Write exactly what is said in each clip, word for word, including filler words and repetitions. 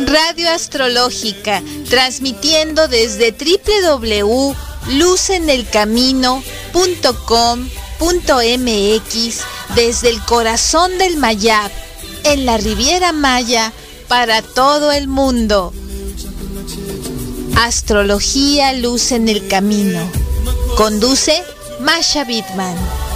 Radio Astrológica, transmitiendo desde doble u doble u doble u punto luz en el camino punto com punto m x desde el corazón del Mayab, en la Riviera Maya, para todo el mundo. Astrología Luz en el Camino. Conduce Masha Bitman.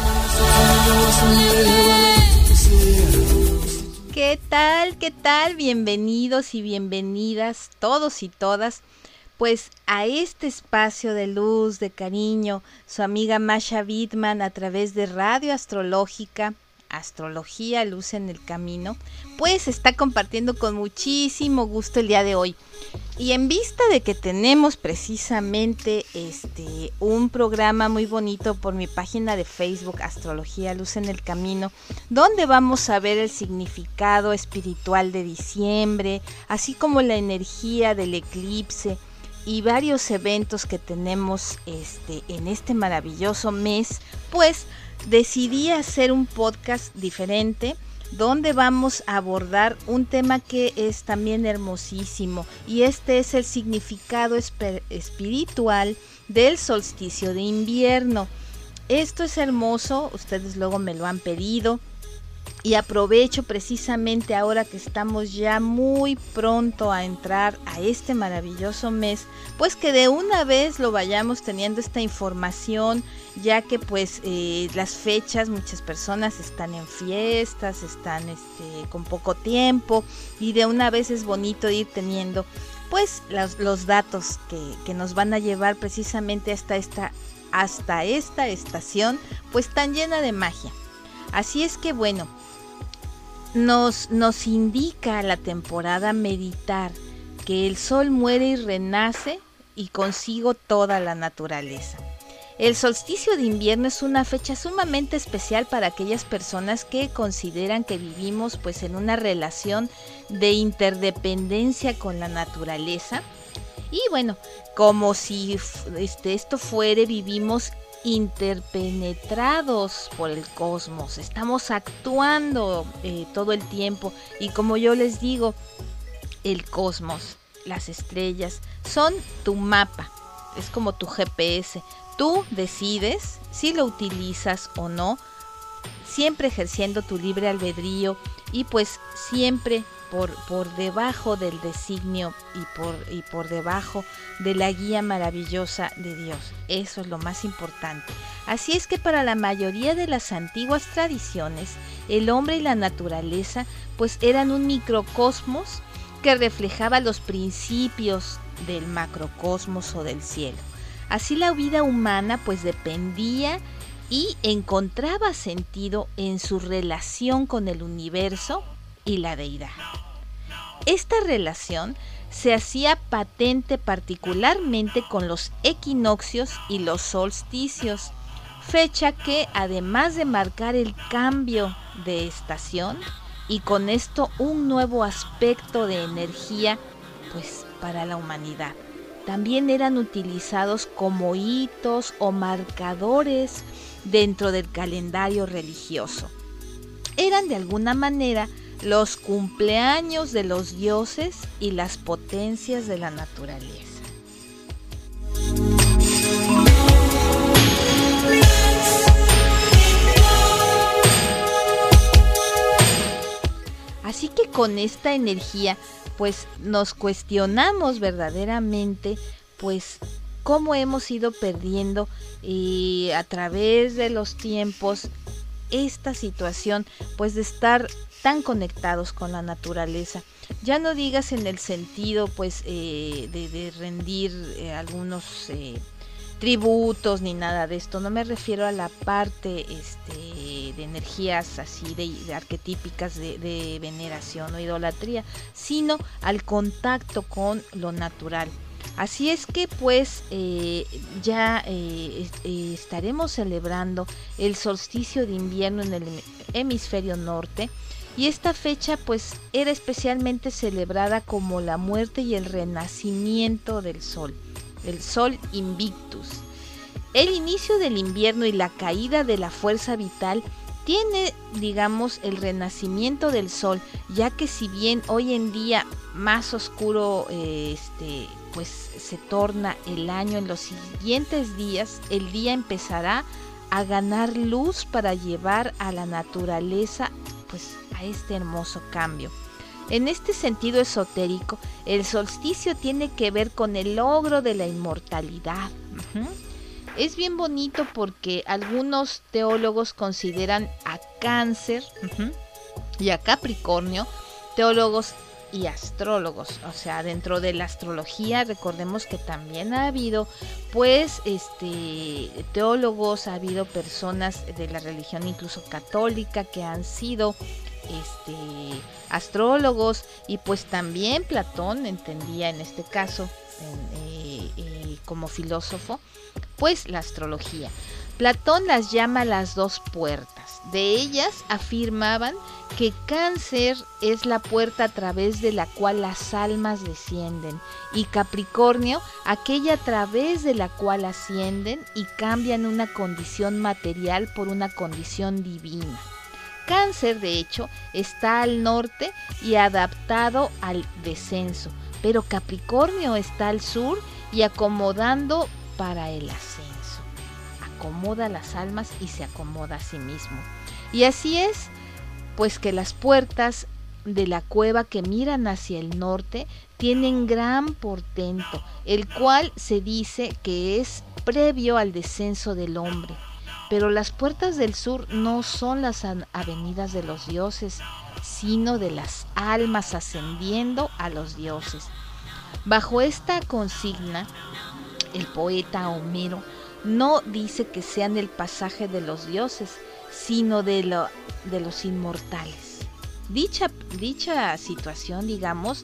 ¿Qué tal? ¿Qué tal? Bienvenidos y bienvenidas todos y todas, pues a este espacio de luz, de cariño, su amiga Masha Bitman a través de Radio Astrológica, Astrología Luz en el Camino, pues está compartiendo con muchísimo gusto el día de hoy. Y en vista de que tenemos precisamente este un programa muy bonito por mi página de Facebook, Astrología Luz en el Camino, donde vamos a ver el significado espiritual de diciembre, así como la energía del eclipse y varios eventos que tenemos este en este maravilloso mes, pues decidí hacer un podcast diferente donde vamos a abordar un tema que es también hermosísimo, y este es el significado esp- espiritual del solsticio de invierno. Esto es hermoso, ustedes luego me lo han pedido, y aprovecho precisamente ahora que estamos ya muy pronto a entrar a este maravilloso mes, pues que de una vez lo vayamos teniendo esta información, ya que pues eh, las fechas, muchas personas están en fiestas, están este, con poco tiempo, y de una vez es bonito ir teniendo pues los, los datos que, que nos van a llevar precisamente hasta esta, hasta esta estación pues tan llena de magia. Así es que bueno, Nos, nos indica la temporada meditar que el sol muere y renace, y consigo toda la naturaleza. El solsticio de invierno es una fecha sumamente especial para aquellas personas que consideran que vivimos pues en una relación de interdependencia con la naturaleza. Y bueno, como si este, esto fuere, vivimos interpenetrados por el cosmos, estamos actuando eh, todo el tiempo, y como yo les digo, el cosmos, las estrellas son tu mapa, es como tu G P S, tú decides si lo utilizas o no, siempre ejerciendo tu libre albedrío, y pues siempre por, por debajo del designio y por, y por debajo de la guía maravillosa de Dios. Eso es lo más importante. Así es que para la mayoría de las antiguas tradiciones, el hombre y la naturaleza pues eran un microcosmos que reflejaba los principios del macrocosmos o del cielo. Así la vida humana pues dependía y encontraba sentido en su relación con el universo y la deidad. Esta relación se hacía patente particularmente con los equinoccios y los solsticios, fecha que, además de marcar el cambio de estación y con esto un nuevo aspecto de energía pues para la humanidad, también eran utilizados como hitos o marcadores dentro del calendario religioso. Eran de alguna manera los cumpleaños de los dioses y las potencias de la naturaleza. Así que con esta energía pues nos cuestionamos verdaderamente pues cómo hemos ido perdiendo y a través de los tiempos esta situación pues de estar tan conectados con la naturaleza. Ya no digas en el sentido pues eh, de, de rendir eh, algunos eh, tributos ni nada de esto, no me refiero a la parte este, de energías así de, de arquetípicas de, de veneración o idolatría, sino al contacto con lo natural. Así es que pues eh, ya eh, eh, estaremos celebrando el solsticio de invierno en el hemisferio norte, y esta fecha pues era especialmente celebrada como la muerte y el renacimiento del sol, el sol invictus. El inicio del invierno y la caída de la fuerza vital tiene, digamos, el renacimiento del sol, ya que si bien hoy en día más oscuro eh, este, pues se torna el año, en los siguientes días el día empezará a ganar luz para llevar a la naturaleza pues a este hermoso cambio. En este sentido esotérico, el solsticio tiene que ver con el logro de la inmortalidad. Uh-huh. Es bien bonito porque algunos teólogos consideran a Cáncer uh-huh, y a Capricornio, teólogos y astrólogos. O sea, dentro de la astrología, recordemos que también ha habido, pues, este, teólogos, ha habido personas de la religión incluso católica que han sido este, astrólogos, y pues también Platón entendía en este caso, en, eh, eh, como filósofo, pues la astrología. Platón las llama las dos puertas. De ellas afirmaban que Cáncer es la puerta a través de la cual las almas descienden, y Capricornio aquella a través de la cual ascienden y cambian una condición material por una condición divina. Cáncer, de hecho, está al norte y adaptado al descenso, pero Capricornio está al sur y acomodando para el ascenso. Acomoda las almas y se acomoda a sí mismo. Y así es, pues que las puertas de la cueva que miran hacia el norte tienen gran portento, el cual se dice que es previo al descenso del hombre. Pero las puertas del sur no son las avenidas de los dioses, sino de las almas ascendiendo a los dioses. Bajo esta consigna, el poeta Homero no dice que sean el pasaje de los dioses, sino de, lo, de los inmortales. Dicha, dicha situación, digamos,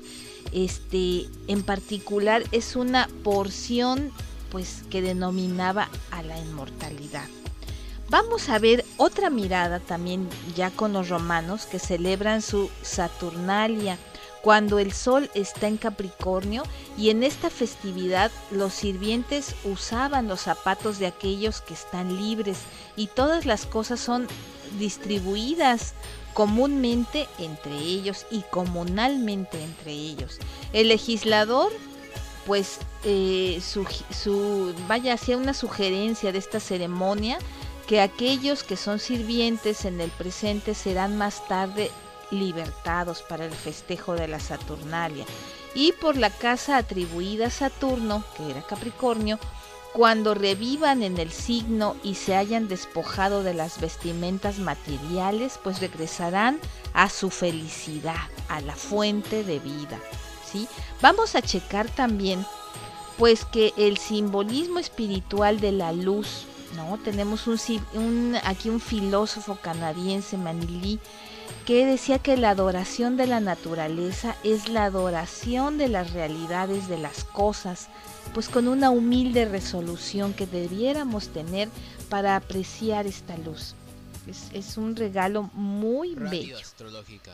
este, en particular es una porción pues, que denominaba a la inmortalidad. Vamos a ver otra mirada también ya con los romanos que celebran su Saturnalia, cuando el sol está en Capricornio, y en esta festividad los sirvientes usaban los zapatos de aquellos que están libres, y todas las cosas son distribuidas comúnmente entre ellos y comunalmente entre ellos. El legislador pues eh, su, su, vaya hacía una sugerencia de esta ceremonia, que aquellos que son sirvientes en el presente serán más tarde libertados para el festejo de la Saturnalia, y por la casa atribuida a Saturno, que era Capricornio, cuando revivan en el signo y se hayan despojado de las vestimentas materiales, pues regresarán a su felicidad, a la fuente de vida, ¿sí? Vamos a checar también pues que el simbolismo espiritual de la luz, ¿no? Tenemos un, un, aquí un filósofo canadiense, Manly, que decía que la adoración de la naturaleza es la adoración de las realidades de las cosas, pues con una humilde resolución que debiéramos tener para apreciar esta luz. Es, es un regalo muy Radio bello. Astrológica.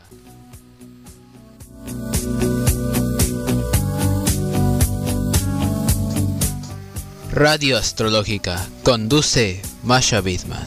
Radio Astrológica conduce Masha Bidman.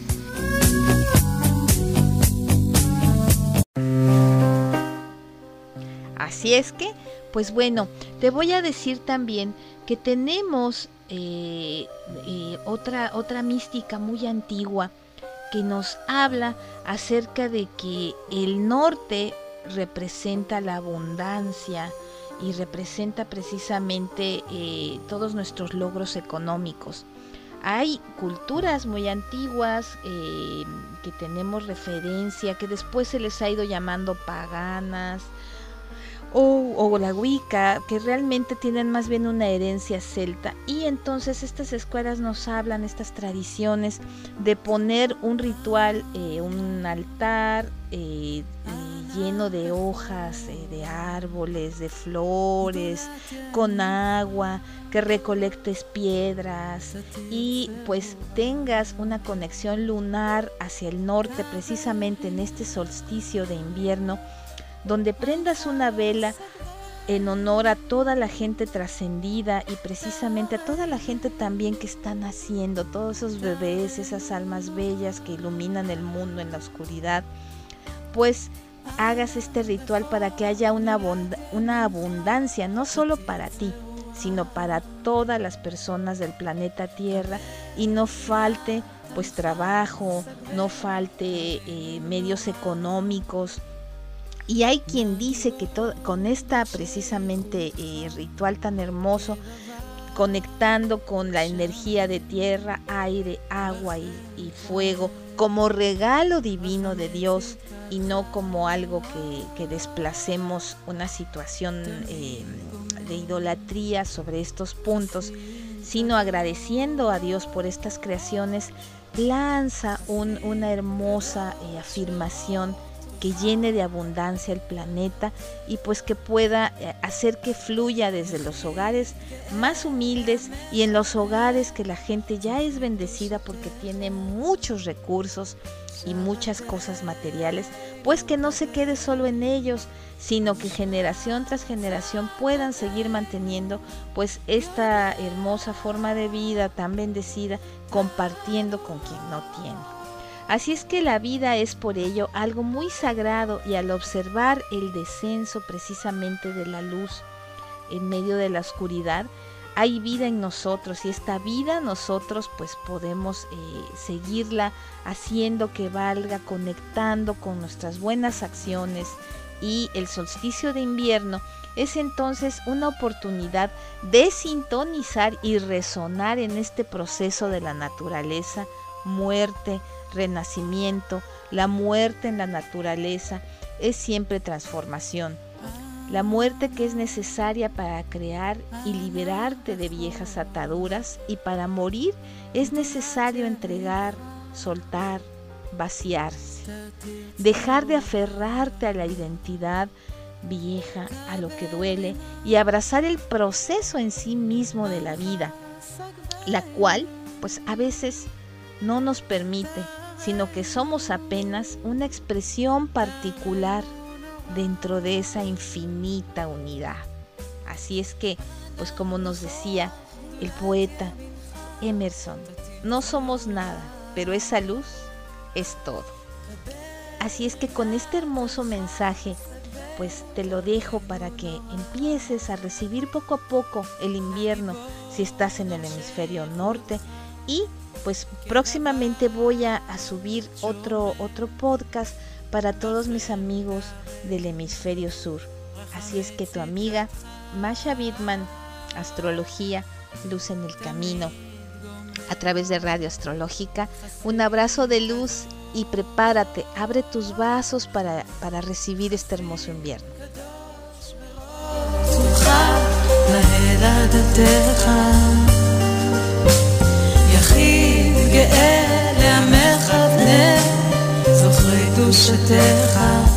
Así es que, pues bueno, te voy a decir también que tenemos eh, eh, otra, otra mística muy antigua que nos habla acerca de que el norte representa la abundancia y representa precisamente eh, todos nuestros logros económicos. Hay culturas muy antiguas eh, que tenemos referencia, que después se les ha ido llamando paganas, o, o la Wicca, que realmente tienen más bien una herencia celta, y entonces estas escuelas nos hablan, estas tradiciones de poner un ritual, eh, un altar eh, eh, lleno de hojas, eh, de árboles, de flores, con agua, que recolectes piedras y pues tengas una conexión lunar hacia el norte, precisamente en este solsticio de invierno, donde prendas una vela en honor a toda la gente trascendida y precisamente a toda la gente también que está naciendo, todos esos bebés, esas almas bellas que iluminan el mundo en la oscuridad, pues hagas este ritual para que haya una, abund- una abundancia, no solo para ti, sino para todas las personas del planeta Tierra, y no falte pues trabajo, no falte eh, medios económicos. Y hay quien dice que to- con esta precisamente eh, ritual tan hermoso, conectando con la energía de tierra, aire, agua y, y fuego, como regalo divino de Dios, y no como algo que, que desplacemos una situación eh, de idolatría sobre estos puntos, sino agradeciendo a Dios por estas creaciones, lanza un, una hermosa eh, afirmación que llene de abundancia el planeta y pues que pueda eh, hacer que fluya desde los hogares más humildes y en los hogares que la gente ya es bendecida porque tiene muchos recursos y muchas cosas materiales, pues que no se quede solo en ellos, sino que generación tras generación puedan seguir manteniendo pues esta hermosa forma de vida tan bendecida, compartiendo con quien no tiene. Así es que la vida es por ello algo muy sagrado, y al observar el descenso precisamente de la luz en medio de la oscuridad, hay vida en nosotros, y esta vida nosotros pues podemos eh, seguirla haciendo que valga, conectando con nuestras buenas acciones. Y el solsticio de invierno es entonces una oportunidad de sintonizar y resonar en este proceso de la naturaleza, muerte, renacimiento. La muerte en la naturaleza es siempre transformación. La muerte que es necesaria para crear y liberarte de viejas ataduras, y para morir es necesario entregar, soltar, vaciarse, dejar de aferrarte a la identidad vieja, a lo que duele, y abrazar el proceso en sí mismo de la vida, la cual pues a veces no nos permite, sino que somos apenas una expresión particular dentro de esa infinita unidad. Así es que, pues como nos decía el poeta Emerson, no somos nada, pero esa luz es todo. Así es que con este hermoso mensaje, pues te lo dejo para que empieces a recibir poco a poco el invierno si estás en el hemisferio norte. Y pues próximamente voy a, a subir otro, otro podcast para todos mis amigos del hemisferio sur. Así es que tu amiga Masha Bidman, Astrología, Luz en el Camino, a través de Radio Astrológica. Un abrazo de luz y prepárate, abre tus vasos para, para recibir este hermoso invierno. יחיד גאה לעמך בני זוכרי קדושתך